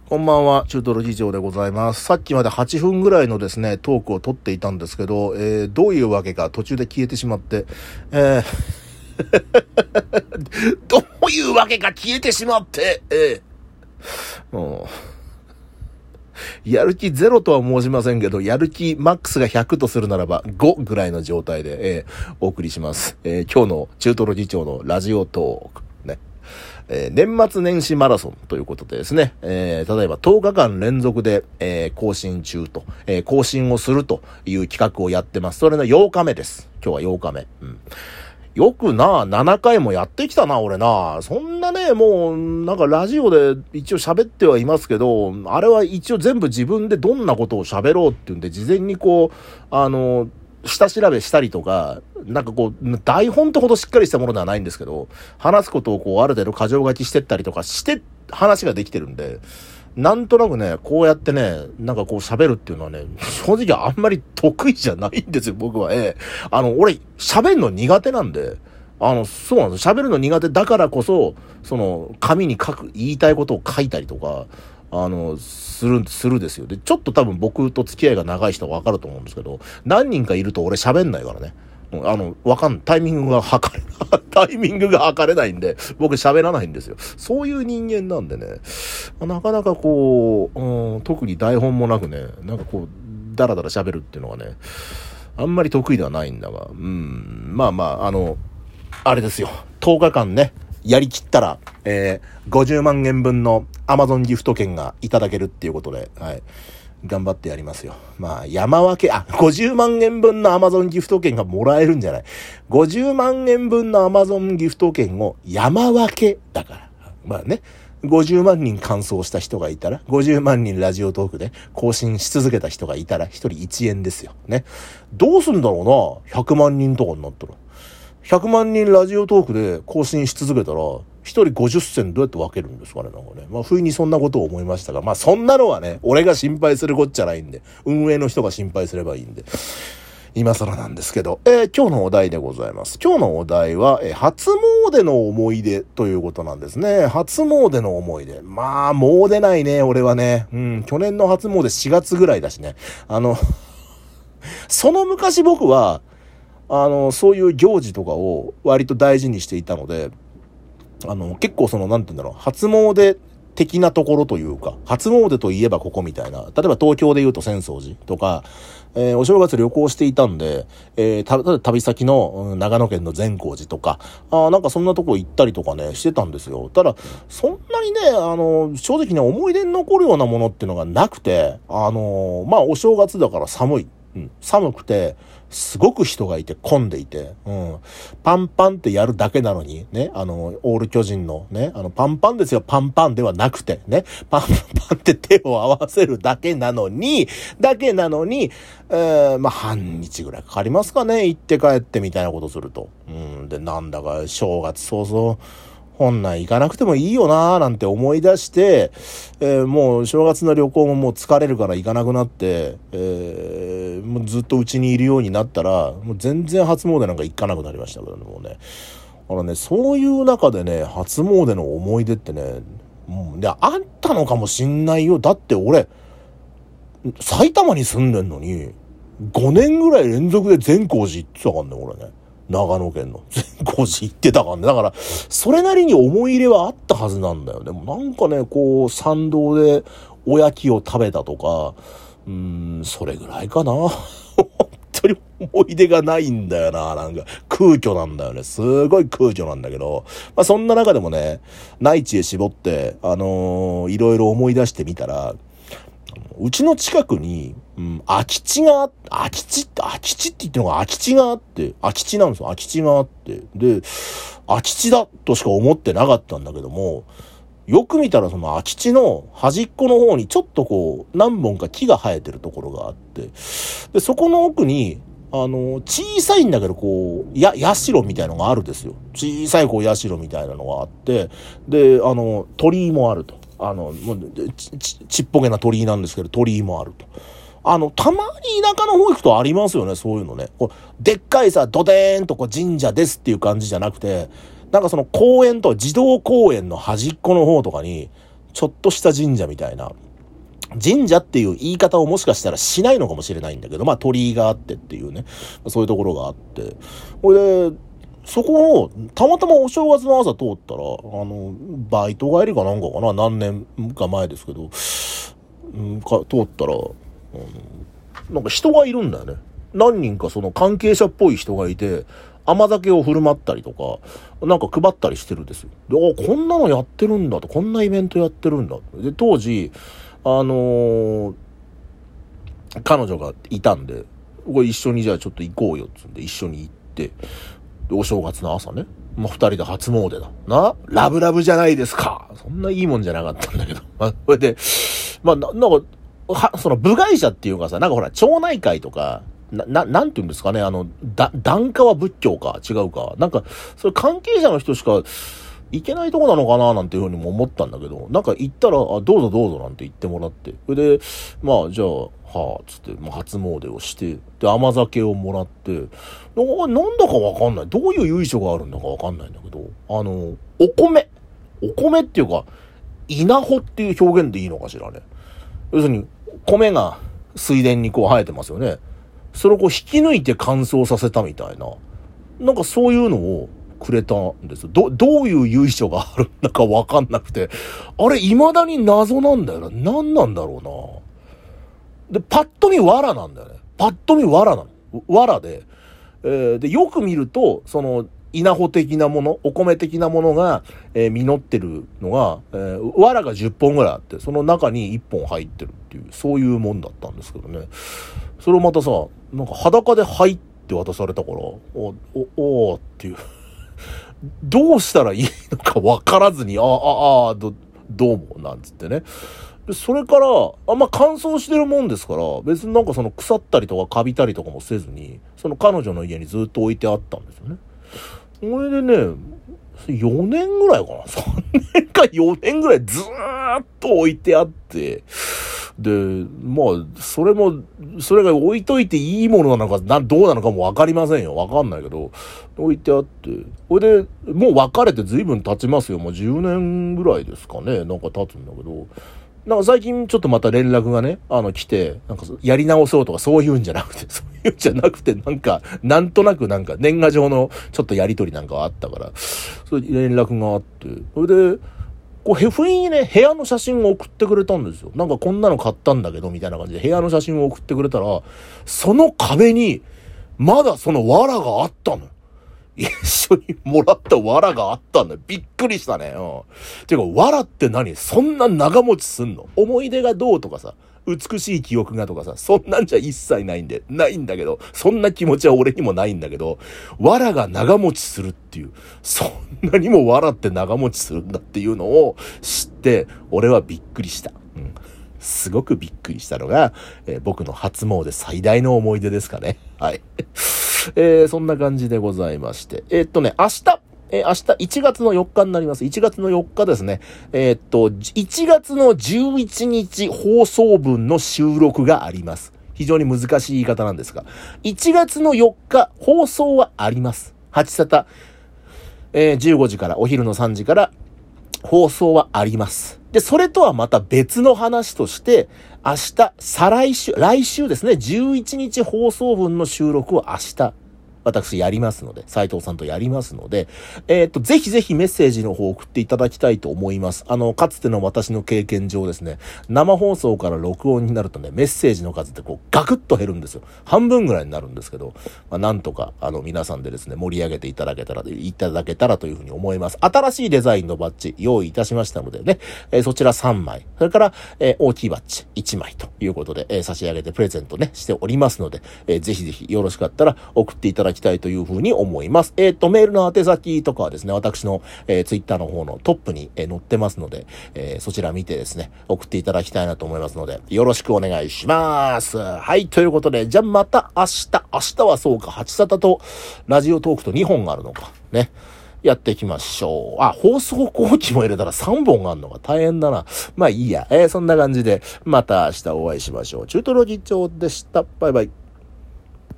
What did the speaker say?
こんばんは、中トロ議長でございます。さっきまで8分ぐらいのですね、トークを撮っていたんですけど、どういうわけか途中で消えてしまって、どういうわけか消えてしまって、もう、やる気ゼロとは申しませんけど、やる気マックスが100とするならば5ぐらいの状態で、お送りします。今日の中トロ議長のラジオトーク。ね。年末年始マラソンということでですね、例えば10日間連続で、更新中と、更新をするという企画をやってます。それの8日目です。今日は8日目。よくな、7回もやってきたな、俺な。そんなね、もう、なんかラジオで一応喋ってはいますけど、あれは一応全部自分でどんなことを喋ろうっていうんで、事前にこう、下調べしたりとか、なんかこう、台本ってほどしっかりしたものではないんですけど、話すことをこう、ある程度過剰書きしてったりとかして、話ができてるんで、なんとなくね、こうやってね、なんかこう喋るっていうのはね、正直あんまり得意じゃないんですよ、僕は。俺、喋るの苦手なんで、そうなんです。喋るの苦手だからこそ、紙に言いたいことを書いたりとか、するですよ。で、ちょっと多分僕と付き合いが長い人はわかると思うんですけど、何人かいると俺喋んないからね。タイミングが測れないんで、僕喋らないんですよ。そういう人間なんでね、なかなかこう、特に台本もなくね、なんかこう、だらだら喋るっていうのがね、あんまり得意ではないんだが、あれですよ。10日間ね、やりきったら、50万円分の Amazon ギフト券がいただけるっていうことで、はい。頑張ってやりますよ。まあ、山分け、50万円分の Amazon ギフト券がもらえるんじゃない。50万円分の Amazon ギフト券を山分けだから。まあね。50万人完走した人がいたら、50万人ラジオトークで更新し続けた人がいたら、1人1円ですよ。ね。どうすんだろうな。100万人とかになったら。100万人ラジオトークで更新し続けたら、一人50銭どうやって分けるんですかね、なんかね。まあ、不意にそんなことを思いましたが、まあ、そんなのはね、俺が心配するこっちゃないんで、運営の人が心配すればいいんで、今更なんですけど、今日のお題でございます。今日のお題は、初詣の思い出ということなんですね。初詣の思い出。まあ、もう出ないね、俺はね。去年の初詣4月ぐらいだしね。その昔僕は、そういう行事とかを割と大事にしていたので、結構なんて言うんだろう、初詣的なところというか、初詣といえばここみたいな、例えば東京で言うと浅草寺とか、お正月旅行していたんで、旅先の、長野県の善光寺とか、なんかそんなとこ行ったりとかね、してたんですよ。ただ、そんなにね、正直ね、思い出に残るようなものっていうのがなくて、お正月だから寒い。寒くて、すごく人がいて混んでいて、パンパンってやるだけなのに、ね、オール巨人のね、パンパンですよ、パンパンではなくて、ね、パンパンって手を合わせるだけなのに、半日ぐらいかかりますかね、行って帰ってみたいなことすると。で、なんだか正月早々、本来行かなくてもいいよなーなんて思い出して、もう正月の旅行ももう疲れるから行かなくなって、もうずっと家にいるようになったら、もう全然初詣なんか行かなくなりましたけどね、もうね。そういう中でね、初詣の思い出ってね、あったのかもしんないよ。だって俺、埼玉に住んでんのに、5年ぐらい連続で善光寺行ってたからね、俺ね。長野県の善光寺行ってたからね。だから、それなりに思い入れはあったはずなんだよね。なんかね、こう、参道でおやきを食べたとか、それぐらいかな。本当に思い出がないんだよな。なんか、空虚なんだよね。すごい空虚なんだけど、そんな中でもね、内地へ絞って、いろいろ思い出してみたら、うちの近くに、空き地って言ってのが空き地があって、空き地なんですよ。空き地があって。で、空き地だとしか思ってなかったんだけども、よく見たらその空き地の端っこの方にちょっとこう、何本か木が生えてるところがあって、で、そこの奥に、小さいんだけど、こう、社みたいのがあるんですよ。小さいこう、社みたいなのがあって、で、鳥居もあると。ちっぽけな鳥居なんですけど、鳥居もあると。たまに田舎の方行くとありますよね、そういうのね。こうでっかいさ、ドデーンとこう神社ですっていう感じじゃなくて、なんかその公園と、児童公園の端っこの方とかに、 ちょっとした神社みたいな。神社っていう言い方をもしかしたらしないのかもしれないんだけど、まあ鳥居があってっていうね、そういうところがあって、これで、そこを、たまたまお正月の朝通ったら、バイト帰りかなんかかな、何年か前ですけど、通ったら、なんか人がいるんだよね。何人かその関係者っぽい人がいて、甘酒を振る舞ったりとか、なんか配ったりしてるんですよ。で、こんなのやってるんだと、こんなイベントやってるんだ。で、当時、彼女がいたんで、これ一緒にじゃあちょっと行こうよっつんで一緒に行って、でお正月の朝ね、まあ、二人で初詣だ。ラブラブじゃないですか。そんないいもんじゃなかったんだけど。まあ、これで、まあ、なんか、その部外者っていうかさ、なんかほら、町内会とか、なんて言うんですかね、檀家は仏教か、違うか。なんか、それ関係者の人しか、いけないとこなのかななんていうふうにも思ったんだけど、なんか行ったら、どうぞどうぞなんて言ってもらって。それで、まあ、じゃあ、はぁ、つって、まあ、初詣をして、で、甘酒をもらって、なんだかわかんない。どういう由緒があるんだかわかんないんだけど、お米っていうか、稲穂っていう表現でいいのかしらね。要するに、米が水田にこう生えてますよね。それをこう引き抜いて乾燥させたみたいな。なんかそういうのを、くれたんですよ。どういう由緒があるんだかわかんなくて、あれ未だに謎なんだよな。何なんだろうな。で、パッと見藁なんだよね。パッと見藁なの。藁で、で、よく見ると、その、稲穂的なもの、お米的なものが、実ってるのが、藁が10本ぐらいあって、その中に1本入ってるっていう、そういうもんだったんですけどね。それをまたさ、なんか裸で入って渡されたから、おーっていう。どうしたらいいのか分からずに、どうも、なんつってね。でそれから、まあ、乾燥してるもんですから、別になんかその腐ったりとかカビたりとかもせずに、その彼女の家にずっと置いてあったんですよね。それでね、4年ぐらいかな ?3 年か4年ぐらいずーっと置いてあって、で、まあ、それが置いといていいものなのか、どうなのかもわかりませんよ。わかんないけど、置いてあって、これで、もう別れて随分経ちますよ。もう10年ぐらいですかね。なんか経つんだけど、なんか最近ちょっとまた連絡がね、来て、なんかやり直そうとかそういうんじゃなくて、なんとなくなんか年賀状のちょっとやりとりなんかあったから、そういう連絡があって、それで、こう、不意にね、部屋の写真を送ってくれたんですよ。なんかこんなの買ったんだけど、みたいな感じで部屋の写真を送ってくれたら、その壁に、まだその藁があったの。一緒にもらった藁があったんだよ。びっくりしたね。てか、藁って何？そんな長持ちすんの？思い出がどうとかさ、美しい記憶がとかさ、そんなんじゃ一切ないんだけど、そんな気持ちは俺にもないんだけど、藁が長持ちするっていう、そんなにも藁って長持ちするんだっていうのを知って、俺はびっくりした。すごくびっくりしたのが、僕の初詣最大の思い出ですかね。はい。そんな感じでございまして。明日1月の4日になります。1月の4日ですね。1月の11日放送分の収録があります。非常に難しい言い方なんですが。1月の4日放送はあります。8サタ、15時からお昼の3時から放送はあります。で、それとはまた別の話として、明日、来週ですね、11日放送分の収録を明日、私やりますので、斉藤さんとやりますので、ぜひぜひメッセージの方を送っていただきたいと思います。かつての私の経験上ですね、生放送から録音になるとね、メッセージの数ってこう、ガクッと減るんですよ。半分ぐらいになるんですけど、なんとか、皆さんでですね、盛り上げていただけたらというふうに思います。新しいデザインのバッジ用意いたしましたのでね、そちら3枚、それから、大きいバッジ1枚ということで、差し上げてプレゼントね、しておりますので、ぜひぜひよろしかったら送っていただきたいというふうに思います。メールの宛先とかはですね、私の、ツイッターの方のトップに、載ってますので、そちら見てですね、送っていただきたいなと思いますので、よろしくお願いします。はい、ということで、じゃあまた明日はそうか、8サタとラジオトークと2本あるのか、ね。やっていきましょう。放送後期も入れたら3本あんのが大変だな。まあいいや。そんな感じで、また明日お会いしましょう。中トロ議長でした。バイバイ。